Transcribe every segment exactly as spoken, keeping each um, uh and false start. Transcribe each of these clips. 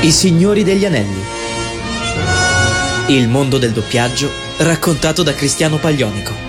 I Signori degli Anelli. Il mondo del doppiaggio raccontato da Cristiano Paglionico.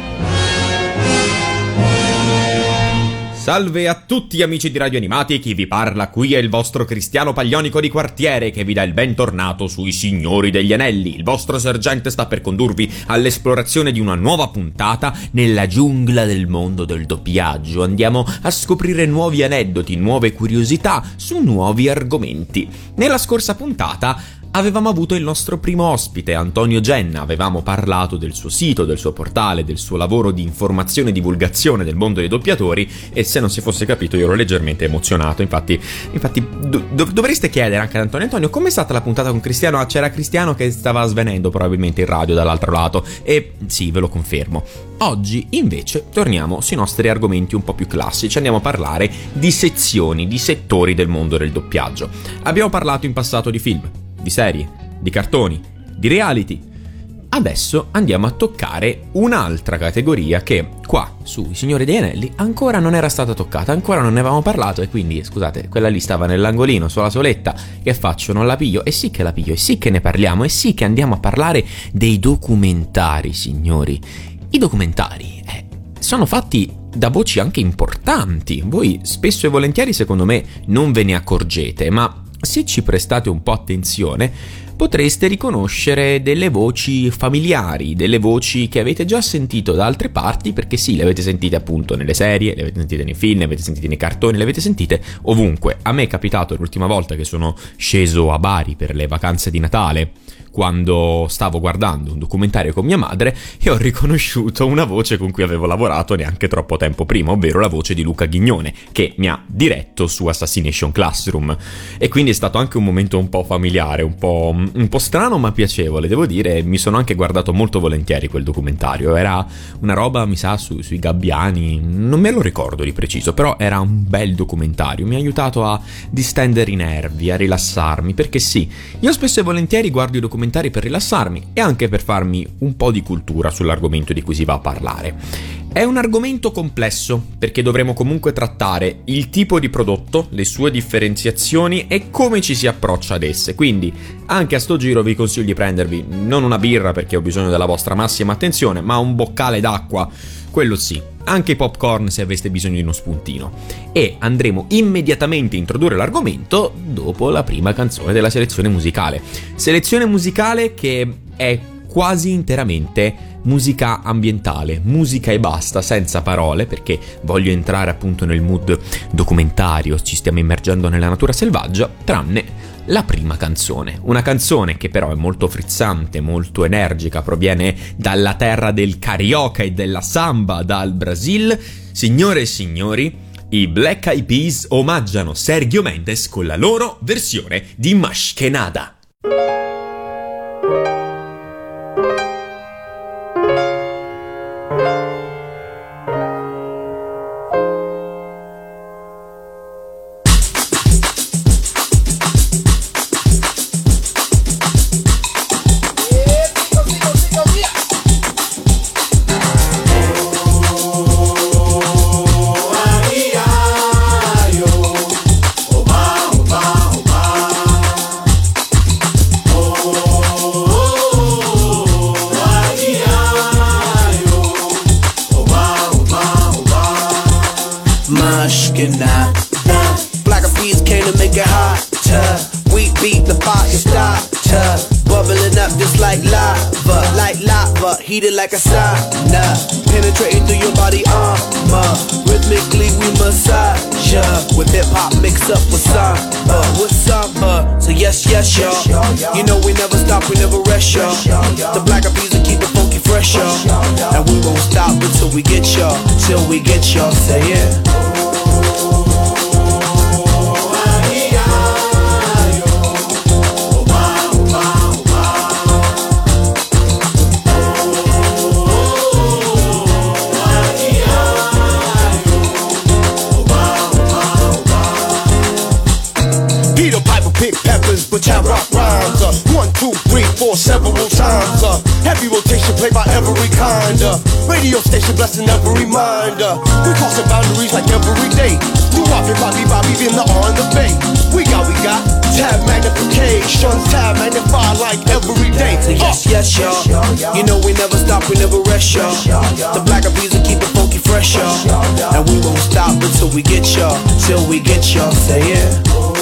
Salve a tutti amici di Radio Animati, chi vi parla qui è il vostro Cristiano Paglionico di quartiere che vi dà il bentornato sui Signori degli Anelli. Il vostro sergente sta per condurvi all'esplorazione di una nuova puntata nella giungla del mondo del doppiaggio. Andiamo a scoprire nuovi aneddoti, nuove curiosità su nuovi argomenti. Nella scorsa puntata avevamo avuto il nostro primo ospite, Antonio Genna. Avevamo parlato del suo sito, del suo portale, del suo lavoro di informazione e divulgazione del mondo dei doppiatori e se non si fosse capito io ero leggermente emozionato. Infatti, infatti do- dovreste chiedere anche ad Antonio Antonio com'è stata la puntata con Cristiano. Ah, c'era Cristiano che stava svenendo probabilmente in radio dall'altro lato e sì, ve lo confermo. Oggi invece torniamo sui nostri argomenti un po' più classici, andiamo a parlare di sezioni, di settori del mondo del doppiaggio. Abbiamo parlato in passato di film, di serie, di cartoni, di reality. Adesso andiamo a toccare un'altra categoria che qua su I Signori degli Anelli ancora non era stata toccata, ancora non ne avevamo parlato e quindi scusate, quella lì stava nell'angolino sulla soletta. Che faccio? Non la piglio? E sì che la piglio, e sì che ne parliamo, e sì che andiamo a parlare dei documentari, signori. I documentari eh, sono fatti da voci anche importanti. Voi spesso e volentieri secondo me non ve ne accorgete, ma se ci prestate un po' attenzione potreste riconoscere delle voci familiari, delle voci che avete già sentito da altre parti, perché sì, le avete sentite appunto nelle serie, le avete sentite nei film, le avete sentite nei cartoni, le avete sentite ovunque. A me è capitato l'ultima volta che sono sceso a Bari per le vacanze di Natale, quando stavo guardando un documentario con mia madre e ho riconosciuto una voce con cui avevo lavorato neanche troppo tempo prima, ovvero la voce di Luca Ghignone, che mi ha diretto su Assassination Classroom. E quindi è stato anche un momento un po' familiare, un po', un po' strano ma piacevole, devo dire. Mi sono anche guardato molto volentieri quel documentario. Era una roba, mi sa, su, sui gabbiani, non me lo ricordo di preciso, però era un bel documentario. Mi ha aiutato a distendere i nervi, a rilassarmi, perché sì, io spesso e volentieri guardo i documentari per rilassarmi e anche per farmi un po' di cultura sull'argomento di cui si va a parlare. È un argomento complesso perché dovremo comunque trattare il tipo di prodotto, le sue differenziazioni e come ci si approccia ad esse. Quindi anche a sto giro vi consiglio di prendervi non una birra perché ho bisogno della vostra massima attenzione, ma un boccale d'acqua, quello sì, anche i popcorn se aveste bisogno di uno spuntino. E andremo immediatamente a introdurre l'argomento dopo la prima canzone della selezione musicale. Selezione musicale che è quasi interamente musica ambientale, musica e basta, senza parole, perché voglio entrare appunto nel mood documentario, ci stiamo immergendo nella natura selvaggia, tranne la prima canzone. Una canzone che però è molto frizzante, molto energica, proviene dalla terra del carioca e della samba, dal Brasil. Signore e signori, i Black Eyed Peas omaggiano Sergio Mendes con la loro versione di Mas Que Nada. Black Eyed Peas came to make it hotter. We beat the fire starter, bubbling up just like lava, like lava, heated like a sauna, penetrating through your body armor. Rhythmically we massage ya, with hip hop mixed up with samba, with samba. So yes, yes, y'all. You know we never stop, we never rest, y'all. The Black Eyed Peas will keep it funky fresh, y'all. And we won't stop until we get y'all, till we get y'all. Say it. But I rock rhymes, uh, one, two, three, four, several times, uh, heavy rotation played by every kind, uh, radio station blessing every mind, uh, we crossing boundaries like every day, new Bobby, Bobby, Bobby, in the on the bay, we got, we got, tab magnification. shun tab, magnify like every day. Yes, yes, y'all. You know we never stop, we never rest, y'all. The Black Eyed Peas will keep it funky fresh, y'all. And we won't stop until we get y'all, till we get y'all. Say yeah.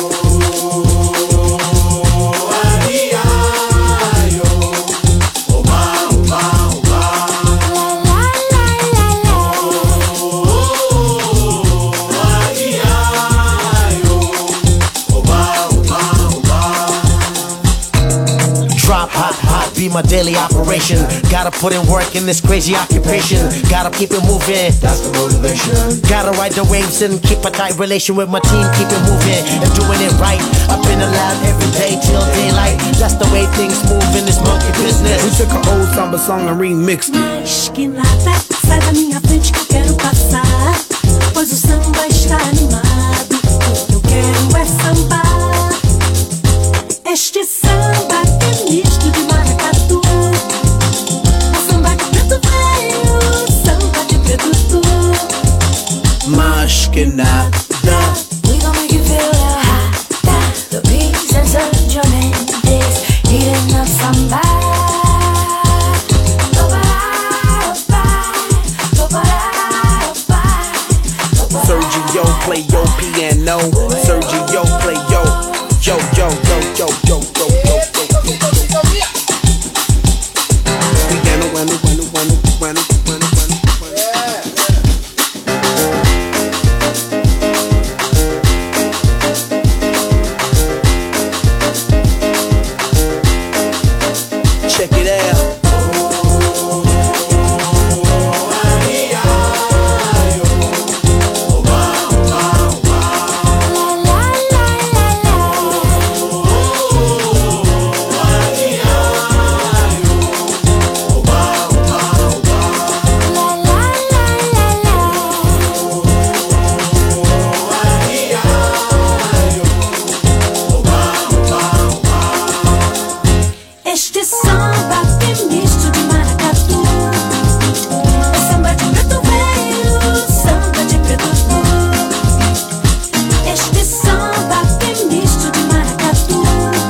Be my daily operation. Gotta put in work in this crazy occupation. Gotta keep it moving. That's the motivation. Gotta ride the waves and keep a tight relation with my team. Keep it moving and doing it right. Up in the lab every day till daylight. That's the way things move in this monkey business. We took an old samba song and remixed it. Mas que nada, sai da minha frente que eu quero passar. Pois o samba está animado. O que eu quero é sambar. Este samba é misto de maracatu. O samba de preto velho, samba de preto tu. Mas que nada. We gon' make you feel hot. The beats and such your Mendes eating up samba. Sergio play your piano. Sergio play yo, yo, yo, yo, yo, yo, yo, yo, yo, yo, yo. Piano, piano, piano, piano, piano, piano, piano. Check it out. Este samba é misto de maracatu. Samba de preto velho, samba de preto tu. Este samba é misto de maracatu.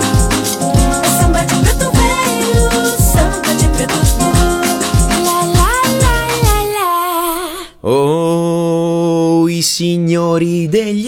Samba de preto velho, samba de preto tu. La la la la la. Oh, i signori degli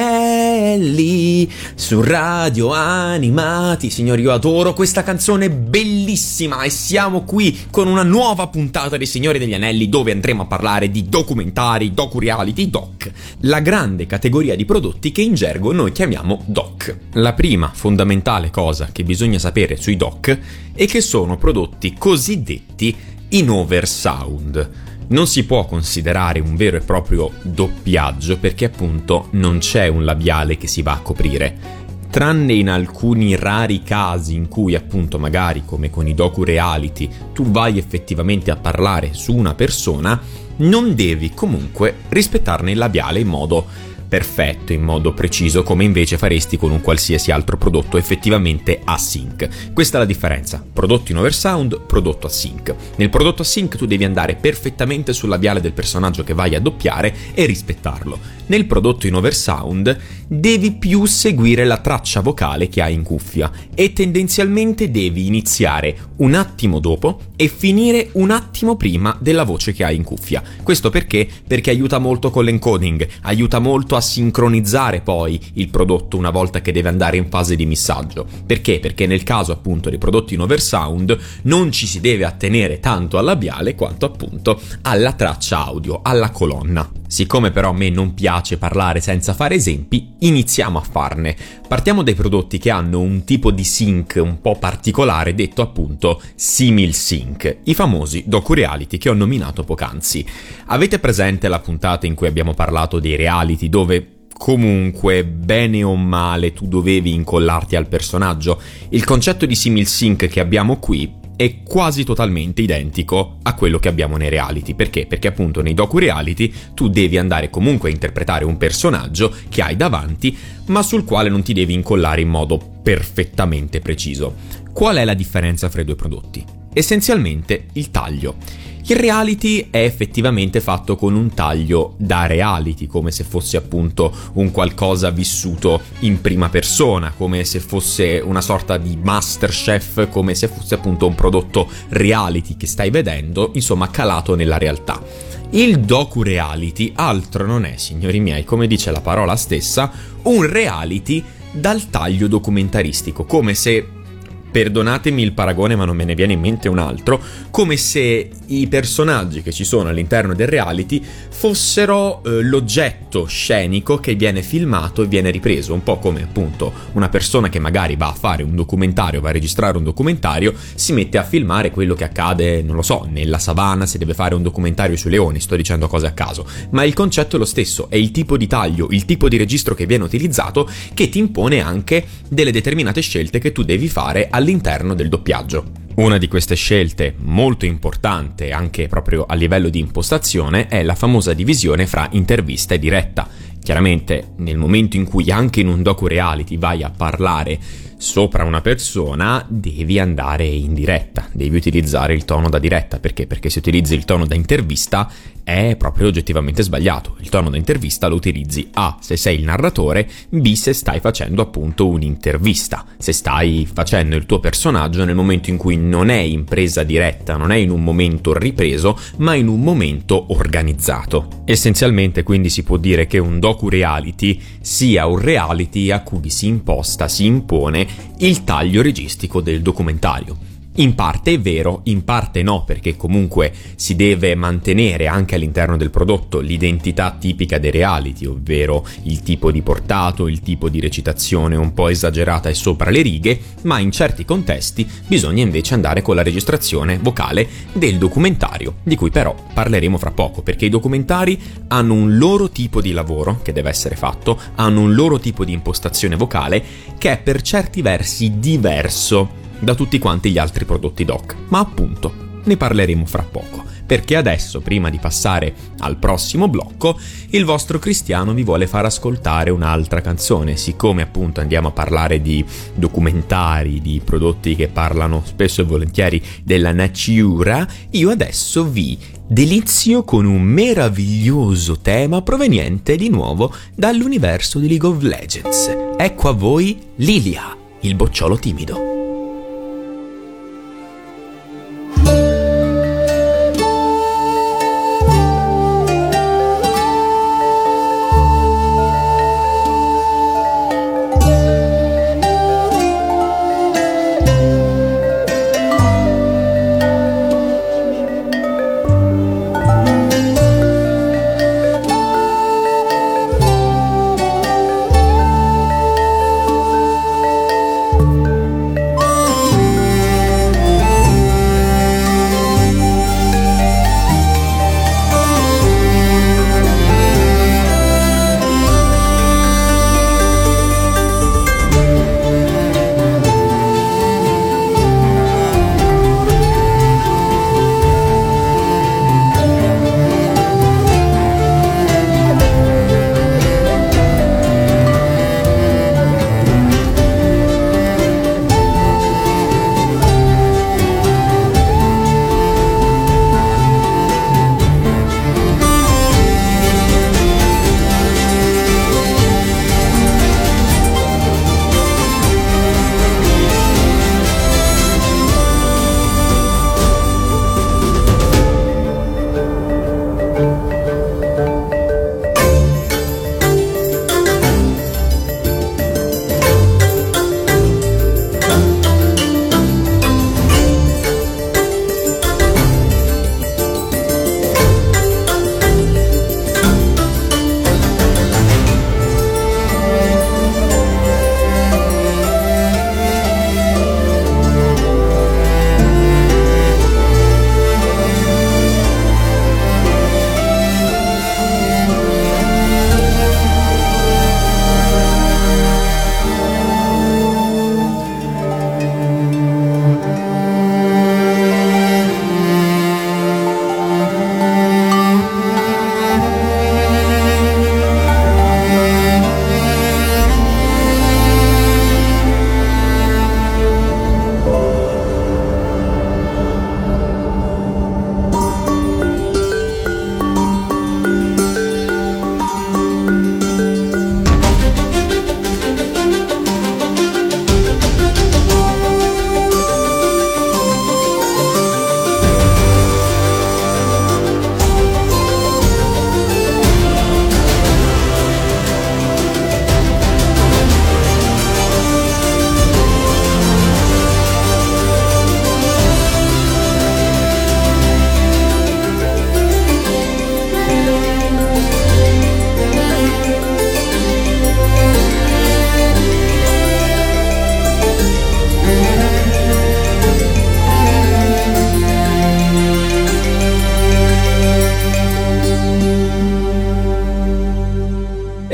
anelli su Radio Animati. Signori, io adoro questa canzone bellissima e siamo qui con una nuova puntata dei Signori degli Anelli, dove andremo a parlare di documentari, docu-reality, doc, la grande categoria di prodotti che in gergo noi chiamiamo doc. La prima fondamentale cosa che bisogna sapere sui doc è che sono prodotti cosiddetti in oversound. Non si può considerare un vero e proprio doppiaggio perché appunto non c'è un labiale che si va a coprire, tranne in alcuni rari casi in cui appunto magari come con i docu-reality tu vai effettivamente a parlare su una persona, non devi comunque rispettarne il labiale in modo perfetto, in modo preciso, come invece faresti con un qualsiasi altro prodotto effettivamente async. Questa è la differenza: prodotto in oversound, prodotto async. Nel prodotto async tu devi andare perfettamente sul labiale del personaggio che vai a doppiare e rispettarlo. Nel prodotto in oversound devi più seguire la traccia vocale che hai in cuffia e tendenzialmente devi iniziare un attimo dopo e finire un attimo prima della voce che hai in cuffia. Questo perché? Perché aiuta molto con l'encoding, aiuta molto a sincronizzare poi il prodotto una volta che deve andare in fase di missaggio. Perché? Perché nel caso appunto dei prodotti in oversound non ci si deve attenere tanto al labiale quanto appunto alla traccia audio, alla colonna. Siccome però a me non piace parlare senza fare esempi, iniziamo a farne. Partiamo dai prodotti che hanno un tipo di sync un po' particolare, detto appunto simil sync, i famosi docu-reality che ho nominato poc'anzi. Avete presente la puntata in cui abbiamo parlato dei reality dove comunque, bene o male, tu dovevi incollarti al personaggio? Il concetto di simil sync che abbiamo qui è quasi totalmente identico a quello che abbiamo nei reality. Perché? Perché appunto nei docu-reality tu devi andare comunque a interpretare un personaggio che hai davanti, ma sul quale non ti devi incollare in modo perfettamente preciso. Qual è la differenza fra i due prodotti? Essenzialmente il taglio. Il reality è effettivamente fatto con un taglio da reality, come se fosse appunto un qualcosa vissuto in prima persona, come se fosse una sorta di MasterChef, come se fosse appunto un prodotto reality che stai vedendo, insomma calato nella realtà. Il docu-reality altro non è, signori miei, come dice la parola stessa, un reality dal taglio documentaristico, come se, perdonatemi il paragone ma non me ne viene in mente un altro, come se i personaggi che ci sono all'interno del reality fossero eh, l'oggetto scenico che viene filmato e viene ripreso, un po' come appunto una persona che magari va a fare un documentario, va a registrare un documentario, si mette a filmare quello che accade, non lo so, nella savana, se deve fare un documentario sui leoni, sto dicendo cose a caso, ma il concetto è lo stesso, è il tipo di taglio, il tipo di registro che viene utilizzato che ti impone anche delle determinate scelte che tu devi fare all'interno del doppiaggio. Una di queste scelte molto importante anche proprio a livello di impostazione è la famosa divisione fra intervista e diretta. Chiaramente nel momento in cui anche in un docu-reality vai a parlare sopra una persona devi andare in diretta, devi utilizzare il tono da diretta. Perché? Perché se utilizzi il tono da intervista è proprio oggettivamente sbagliato. Il tono da intervista lo utilizzi A se sei il narratore, B se stai facendo appunto un'intervista, se stai facendo il tuo personaggio nel momento in cui non è in presa diretta, non è in un momento ripreso, ma in un momento organizzato. Essenzialmente quindi si può dire che un docu-reality sia un reality a cui si imposta, si impone il taglio registico del documentario. In parte è vero, in parte no, perché comunque si deve mantenere anche all'interno del prodotto l'identità tipica dei reality, ovvero il tipo di portato, il tipo di recitazione un po' esagerata e sopra le righe, ma in certi contesti bisogna invece andare con la registrazione vocale del documentario, di cui però parleremo fra poco, perché i documentari hanno un loro tipo di lavoro che deve essere fatto, hanno un loro tipo di impostazione vocale che è per certi versi diverso da tutti quanti gli altri prodotti doc, ma appunto ne parleremo fra poco, perché adesso, prima di passare al prossimo blocco, il vostro Cristiano vi vuole far ascoltare un'altra canzone. Siccome appunto andiamo a parlare di documentari, di prodotti che parlano spesso e volentieri della natura, io adesso vi delizio con un meraviglioso tema proveniente di nuovo dall'universo di League of Legends. Ecco a voi Lilia, il bocciolo timido.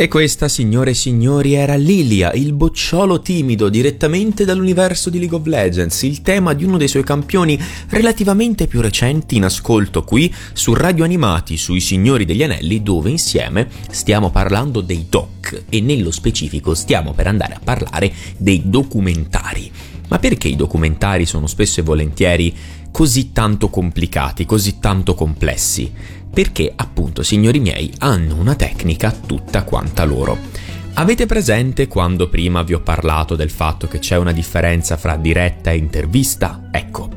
E questa, signore e signori, era Lilia, il bocciolo timido direttamente dall'universo di League of Legends, il tema di uno dei suoi campioni relativamente più recenti in ascolto qui su Radio Animati, sui Signori degli Anelli, dove insieme stiamo parlando dei doc e nello specifico stiamo per andare a parlare dei documentari. Ma perché i documentari sono spesso e volentieri così tanto complicati, così tanto complessi? Perché, appunto, signori miei, hanno una tecnica tutta quanta loro. Avete presente quando prima vi ho parlato del fatto che c'è una differenza fra diretta e intervista? Ecco,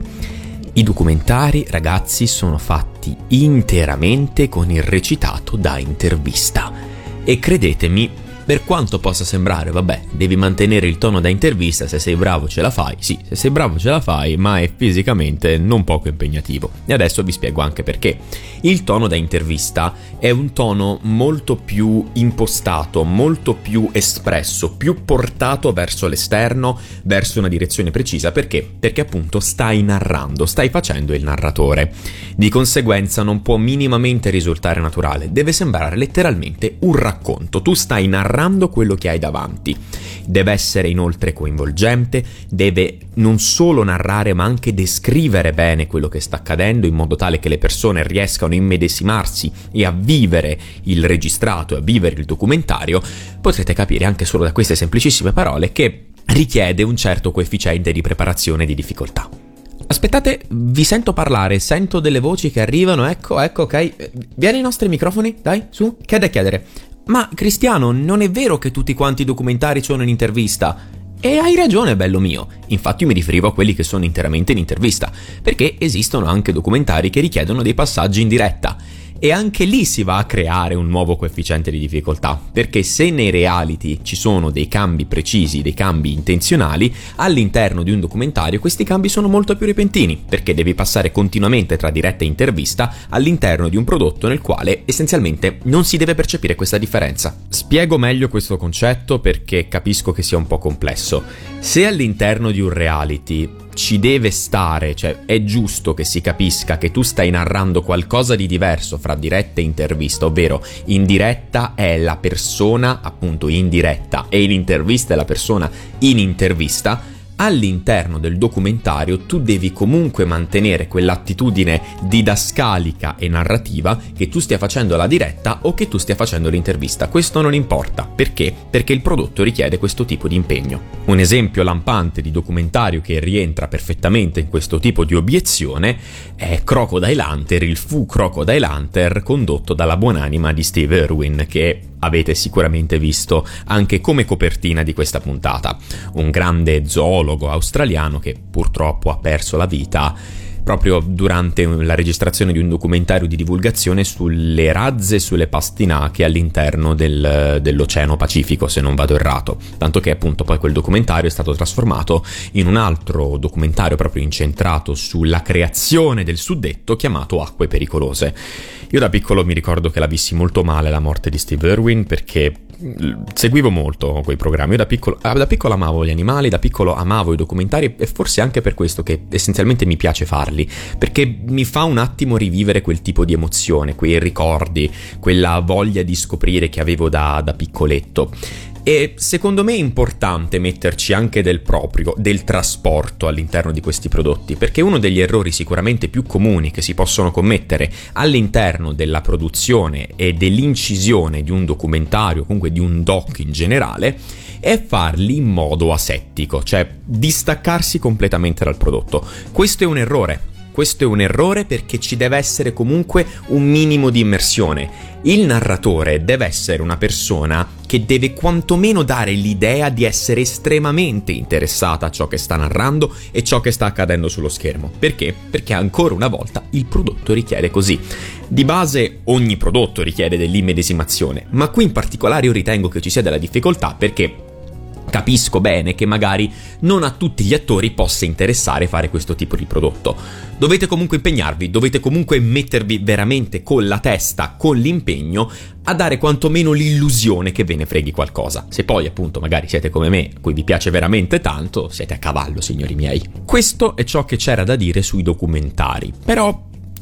i documentari, ragazzi, sono fatti interamente con il recitato da intervista. E credetemi, per quanto possa sembrare, vabbè, devi mantenere il tono da intervista, se sei bravo ce la fai, sì, se sei bravo ce la fai, ma è fisicamente non poco impegnativo. E adesso vi spiego anche perché. Il tono da intervista è un tono molto più impostato, molto più espresso, più portato verso l'esterno, verso una direzione precisa. Perché? Perché appunto stai narrando, stai facendo il narratore. Di conseguenza non può minimamente risultare naturale, deve sembrare letteralmente un racconto. Tu stai narrando quello che hai davanti. Deve essere inoltre coinvolgente, deve non solo narrare ma anche descrivere bene quello che sta accadendo in modo tale che le persone riescano a immedesimarsi e a vivere il registrato e a vivere il documentario. Potrete capire anche solo da queste semplicissime parole che richiede un certo coefficiente di preparazione e di difficoltà. Aspettate, vi sento parlare, sento delle voci che arrivano, ecco, ecco, ok. Vieni ai nostri microfoni, dai, su, che hai da chiedere? Ma Cristiano, non è vero che tutti quanti i documentari sono in intervista? E hai ragione, bello mio. Infatti io mi riferivo a quelli che sono interamente in intervista, perché esistono anche documentari che richiedono dei passaggi in diretta. E anche lì si va a creare un nuovo coefficiente di difficoltà, perché se nei reality ci sono dei cambi precisi, dei cambi intenzionali, all'interno di un documentario questi cambi sono molto più repentini, perché devi passare continuamente tra diretta e intervista all'interno di un prodotto nel quale essenzialmente non si deve percepire questa differenza. Spiego meglio questo concetto perché capisco che sia un po' complesso. Se all'interno di un reality ci deve stare, cioè è giusto che si capisca che tu stai narrando qualcosa di diverso fra diretta e intervista, ovvero in diretta è la persona appunto in diretta e in intervista è la persona in intervista. All'interno del documentario tu devi comunque mantenere quell'attitudine didascalica e narrativa che tu stia facendo la diretta o che tu stia facendo l'intervista. Questo non importa. Perché? Perché il prodotto richiede questo tipo di impegno. Un esempio lampante di documentario che rientra perfettamente in questo tipo di obiezione è Crocodile Hunter, il Fu Crocodile Hunter, condotto dalla buonanima di Steve Irwin, che avete sicuramente visto anche come copertina di questa puntata. Un grande zoologo australiano che purtroppo ha perso la vita proprio durante la registrazione di un documentario di divulgazione sulle razze e sulle pastinache all'interno del, dell'Oceano Pacifico, se non vado errato. Tanto che appunto poi quel documentario è stato trasformato in un altro documentario proprio incentrato sulla creazione del suddetto chiamato Acque Pericolose. Io da piccolo mi ricordo che la vissi molto male la morte di Steve Irwin perché seguivo molto quei programmi. Io da piccolo, da piccolo amavo gli animali, da piccolo amavo i documentari e forse anche per questo che essenzialmente mi piace farli, perché mi fa un attimo rivivere quel tipo di emozione, quei ricordi, quella voglia di scoprire che avevo da, da piccoletto. E secondo me è importante metterci anche del proprio, del trasporto all'interno di questi prodotti, perché uno degli errori sicuramente più comuni che si possono commettere all'interno della produzione e dell'incisione di un documentario, comunque di un doc in generale, è farli in modo asettico, cioè distaccarsi completamente dal prodotto. Questo è un errore. Questo è un errore perché ci deve essere comunque un minimo di immersione. Il narratore deve essere una persona che deve quantomeno dare l'idea di essere estremamente interessata a ciò che sta narrando e ciò che sta accadendo sullo schermo. Perché? Perché ancora una volta il prodotto richiede così. Di base ogni prodotto richiede dell'immedesimazione, ma qui in particolare io ritengo che ci sia della difficoltà perché capisco bene che magari non a tutti gli attori possa interessare fare questo tipo di prodotto. Dovete comunque impegnarvi, dovete comunque mettervi veramente con la testa, con l'impegno, a dare quantomeno l'illusione che ve ne freghi qualcosa. Se poi appunto magari siete come me, a cui vi piace veramente tanto, siete a cavallo, signori miei. Questo è ciò che c'era da dire sui documentari, però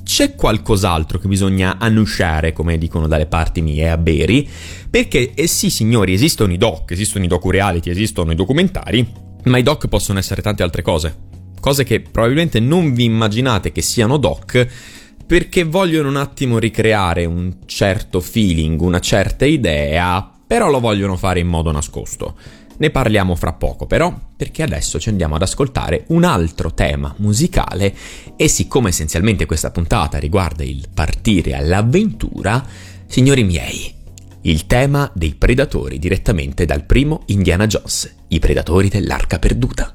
c'è qualcos'altro che bisogna annusciare, come dicono dalle parti mie, a Beri, perché eh sì signori, esistono i doc, esistono i docu-reality, esistono i documentari, ma i doc possono essere tante altre cose, cose che probabilmente non vi immaginate che siano doc, perché vogliono un attimo ricreare un certo feeling, una certa idea, però lo vogliono fare in modo nascosto. Ne parliamo fra poco però, perché adesso ci andiamo ad ascoltare un altro tema musicale e siccome essenzialmente questa puntata riguarda il partire all'avventura, signori miei, il tema dei Predatori direttamente dal primo Indiana Jones, i Predatori dell'Arca Perduta.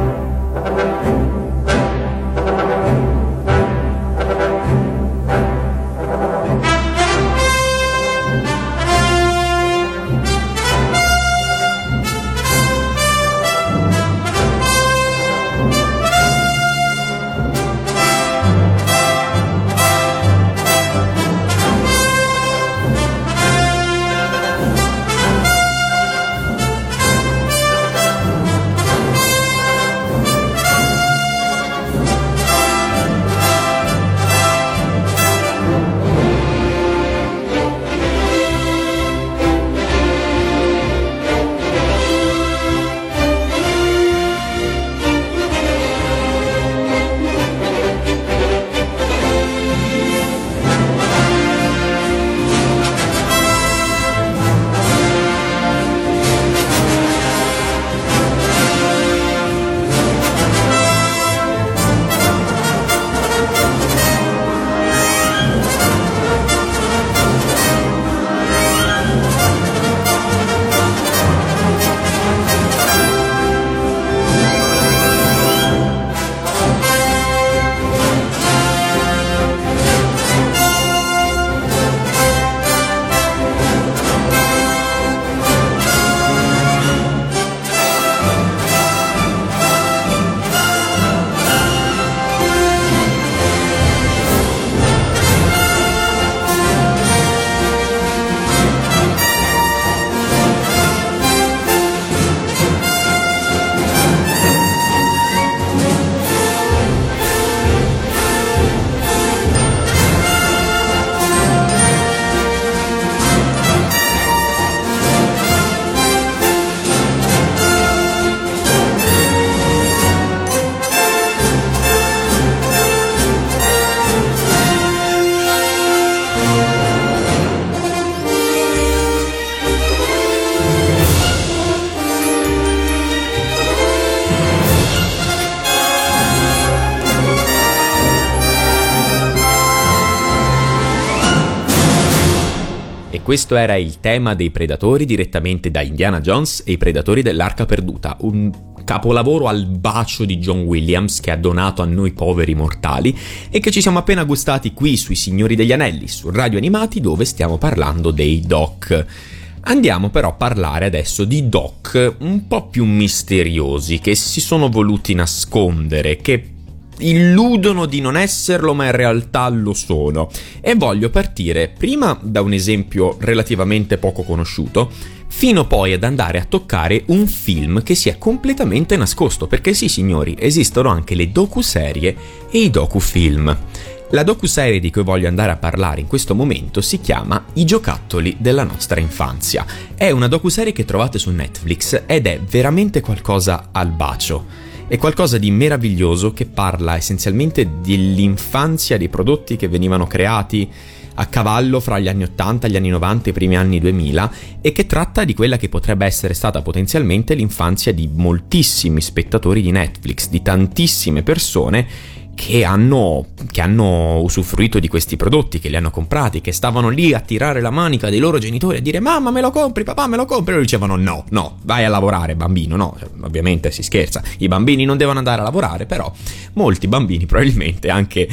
Questo era il tema dei Predatori direttamente da Indiana Jones e i Predatori dell'Arca Perduta, un capolavoro al bacio di John Williams che ha donato a noi poveri mortali e che ci siamo appena gustati qui sui Signori degli Anelli, su Radio Animati, dove stiamo parlando dei doc. Andiamo però a parlare adesso di doc un po' più misteriosi, che si sono voluti nascondere, che illudono di non esserlo ma in realtà lo sono, e voglio partire prima da un esempio relativamente poco conosciuto fino poi ad andare a toccare un film che si è completamente nascosto, perché sì signori, esistono anche le docuserie e i docufilm. La docuserie di cui voglio andare a parlare in questo momento si chiama I giocattoli della nostra infanzia. È una docuserie che trovate su Netflix ed è veramente qualcosa al bacio. È qualcosa di meraviglioso che parla essenzialmente dell'infanzia dei prodotti che venivano creati a cavallo fra gli anni ottanta, gli anni novanta e i primi anni duemila e che tratta di quella che potrebbe essere stata potenzialmente l'infanzia di moltissimi spettatori di Netflix, di tantissime persone che hanno, che hanno usufruito di questi prodotti, che li hanno comprati, che stavano lì a tirare la manica dei loro genitori a dire mamma me lo compri, papà me lo compri, e loro dicevano no, no, vai a lavorare bambino, no, ovviamente si scherza, i bambini non devono andare a lavorare, però molti bambini probabilmente anche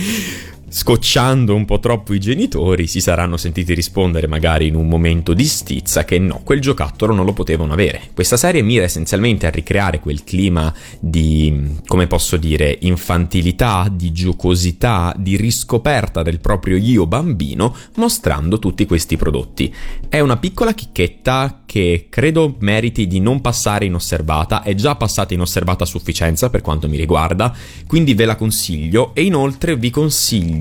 scocciando un po' troppo i genitori si saranno sentiti rispondere magari in un momento di stizza che no, quel giocattolo non lo potevano avere. Questa serie mira essenzialmente a ricreare quel clima di, come posso dire, infantilità, di giocosità, di riscoperta del proprio io bambino, mostrando tutti questi prodotti. È una piccola chicchetta che credo meriti di non passare inosservata, è già passata inosservata a sufficienza per quanto mi riguarda, quindi ve la consiglio e inoltre vi consiglio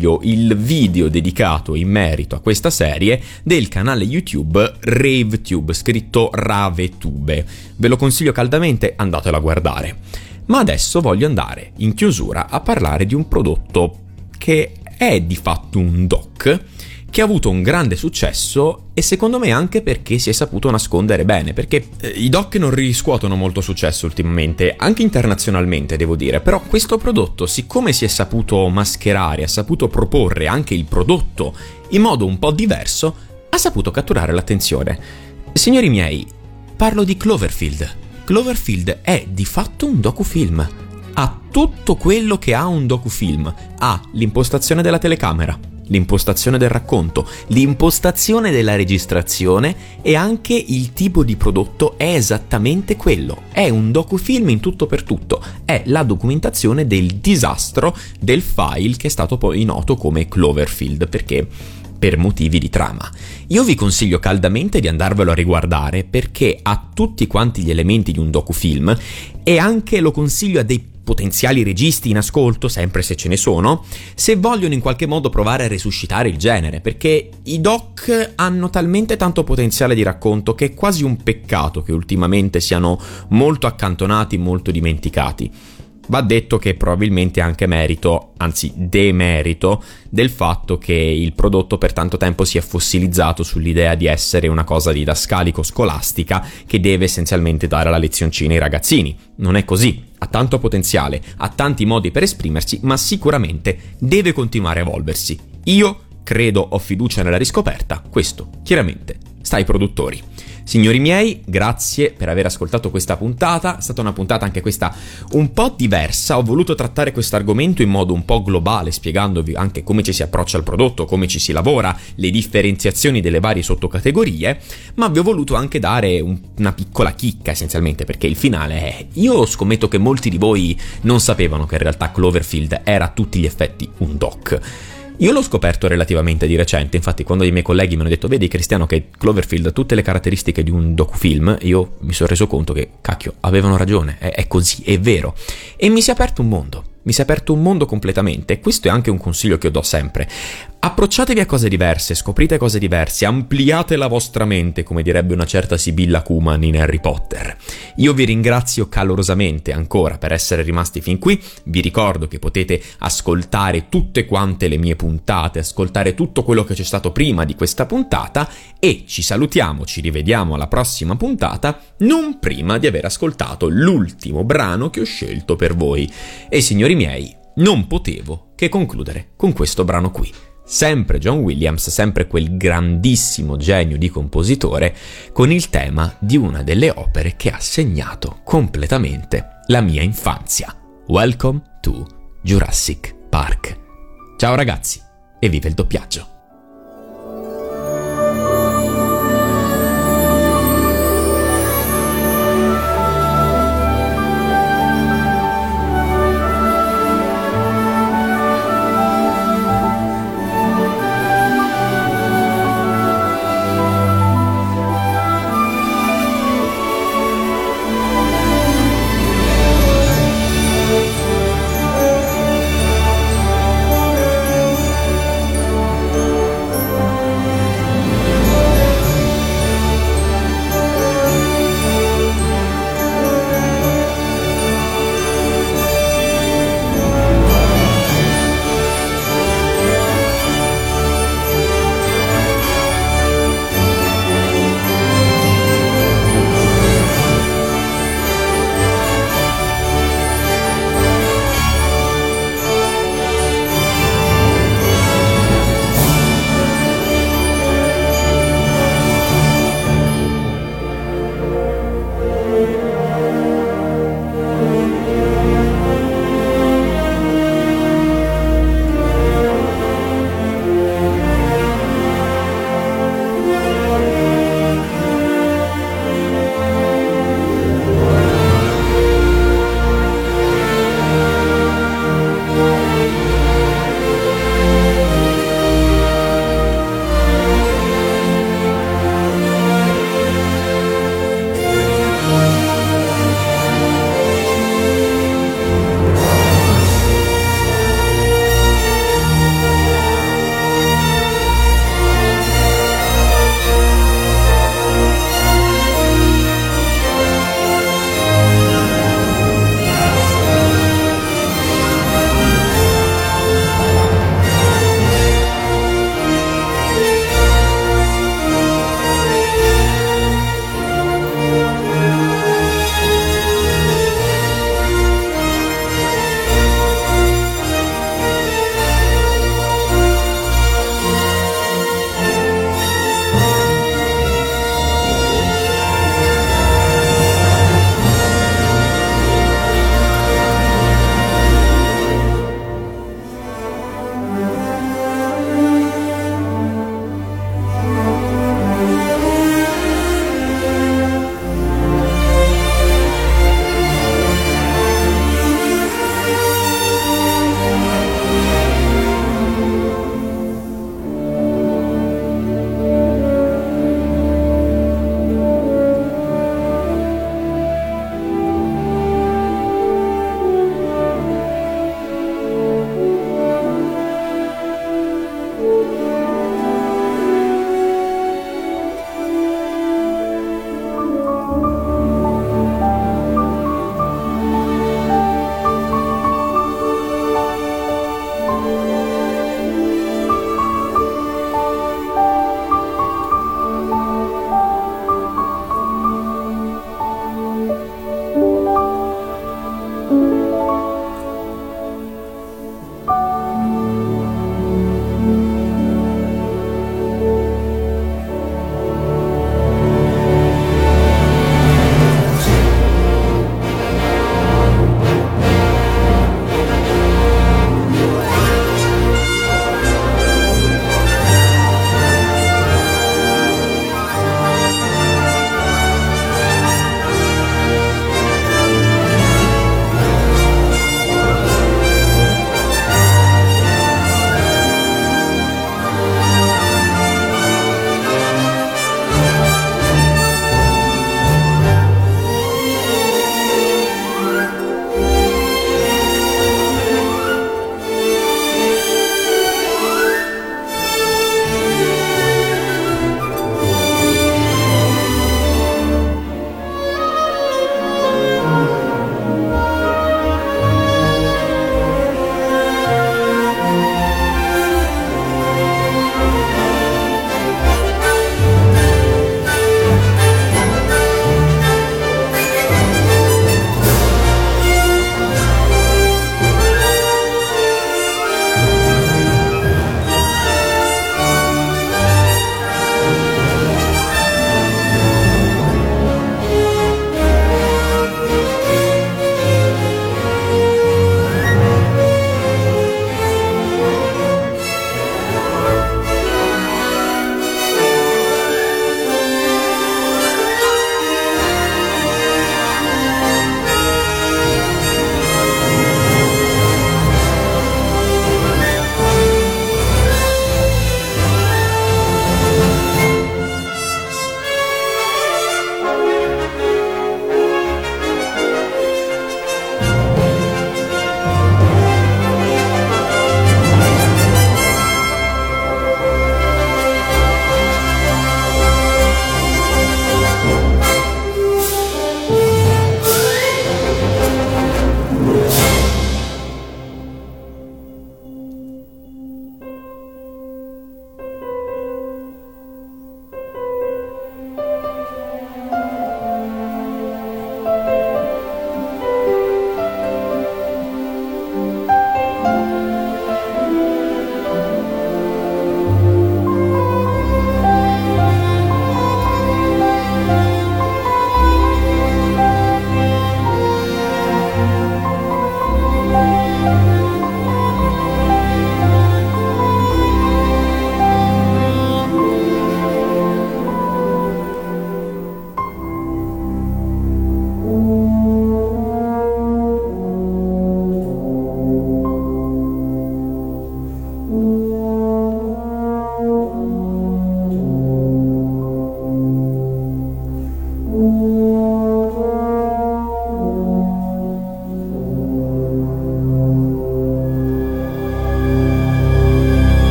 consiglio il video dedicato in merito a questa serie del canale YouTube RaveTube, scritto RaveTube. Ve lo consiglio caldamente, andatelo a guardare. Ma adesso voglio andare in chiusura a parlare di un prodotto che è di fatto un doc, che ha avuto un grande successo e secondo me anche perché si è saputo nascondere bene, perché eh, i doc non riscuotono molto successo ultimamente, anche internazionalmente devo dire, però questo prodotto, siccome si è saputo mascherare, ha saputo proporre anche il prodotto in modo un po' diverso, ha saputo catturare l'attenzione. Signori miei, parlo di Cloverfield. Cloverfield è di fatto un docufilm. Ha tutto quello che ha un docufilm. Ha l'impostazione della telecamera, l'impostazione del racconto, l'impostazione della registrazione e anche il tipo di prodotto è esattamente quello. È un docufilm in tutto per tutto. È la documentazione del disastro del file che è stato poi noto come Cloverfield, perché per motivi di trama. Io vi consiglio caldamente di andarvelo a riguardare perché ha tutti quanti gli elementi di un docufilm e anche lo consiglio a dei potenziali registi in ascolto, sempre se ce ne sono, se vogliono in qualche modo provare a resuscitare il genere, perché i doc hanno talmente tanto potenziale di racconto che è quasi un peccato che ultimamente siano molto accantonati, molto dimenticati. Va detto che probabilmente anche merito, anzi demerito, del fatto che il prodotto per tanto tempo si è fossilizzato sull'idea di essere una cosa didascalico scolastica che deve essenzialmente dare la lezioncina ai ragazzini. Non è così, ha tanto potenziale, ha tanti modi per esprimersi, ma sicuramente deve continuare a evolversi. Io credo, ho fiducia nella riscoperta, questo chiaramente sta ai produttori. Signori miei, grazie per aver ascoltato questa puntata, è stata una puntata anche questa un po' diversa, ho voluto trattare questo argomento in modo un po' globale, spiegandovi anche come ci si approccia al prodotto, come ci si lavora, le differenziazioni delle varie sottocategorie, ma vi ho voluto anche dare un, una piccola chicca essenzialmente, perché il finale è... Io scommetto che molti di voi non sapevano che in realtà Cloverfield era a tutti gli effetti un doc. Io l'ho scoperto relativamente di recente, infatti quando i miei colleghi mi hanno detto vedi Cristiano che Cloverfield ha tutte le caratteristiche di un docufilm, io mi sono reso conto che cacchio, avevano ragione, è, è così, è vero, e mi si è aperto un mondo. Mi si è aperto un mondo completamente e questo è anche un consiglio che io do sempre. Approcciatevi a cose diverse, scoprite cose diverse, ampliate la vostra mente, come direbbe una certa Sibilla Kuman in Harry Potter. Io vi ringrazio calorosamente ancora per essere rimasti fin qui, vi ricordo che potete ascoltare tutte quante le mie puntate, ascoltare tutto quello che c'è stato prima di questa puntata e ci salutiamo, ci rivediamo alla prossima puntata, non prima di aver ascoltato l'ultimo brano che ho scelto per voi. E signori miei, non potevo che concludere con questo brano qui. Sempre John Williams, sempre quel grandissimo genio di compositore, con il tema di una delle opere che ha segnato completamente la mia infanzia. Welcome to Jurassic Park. Ciao ragazzi, e viva il doppiaggio!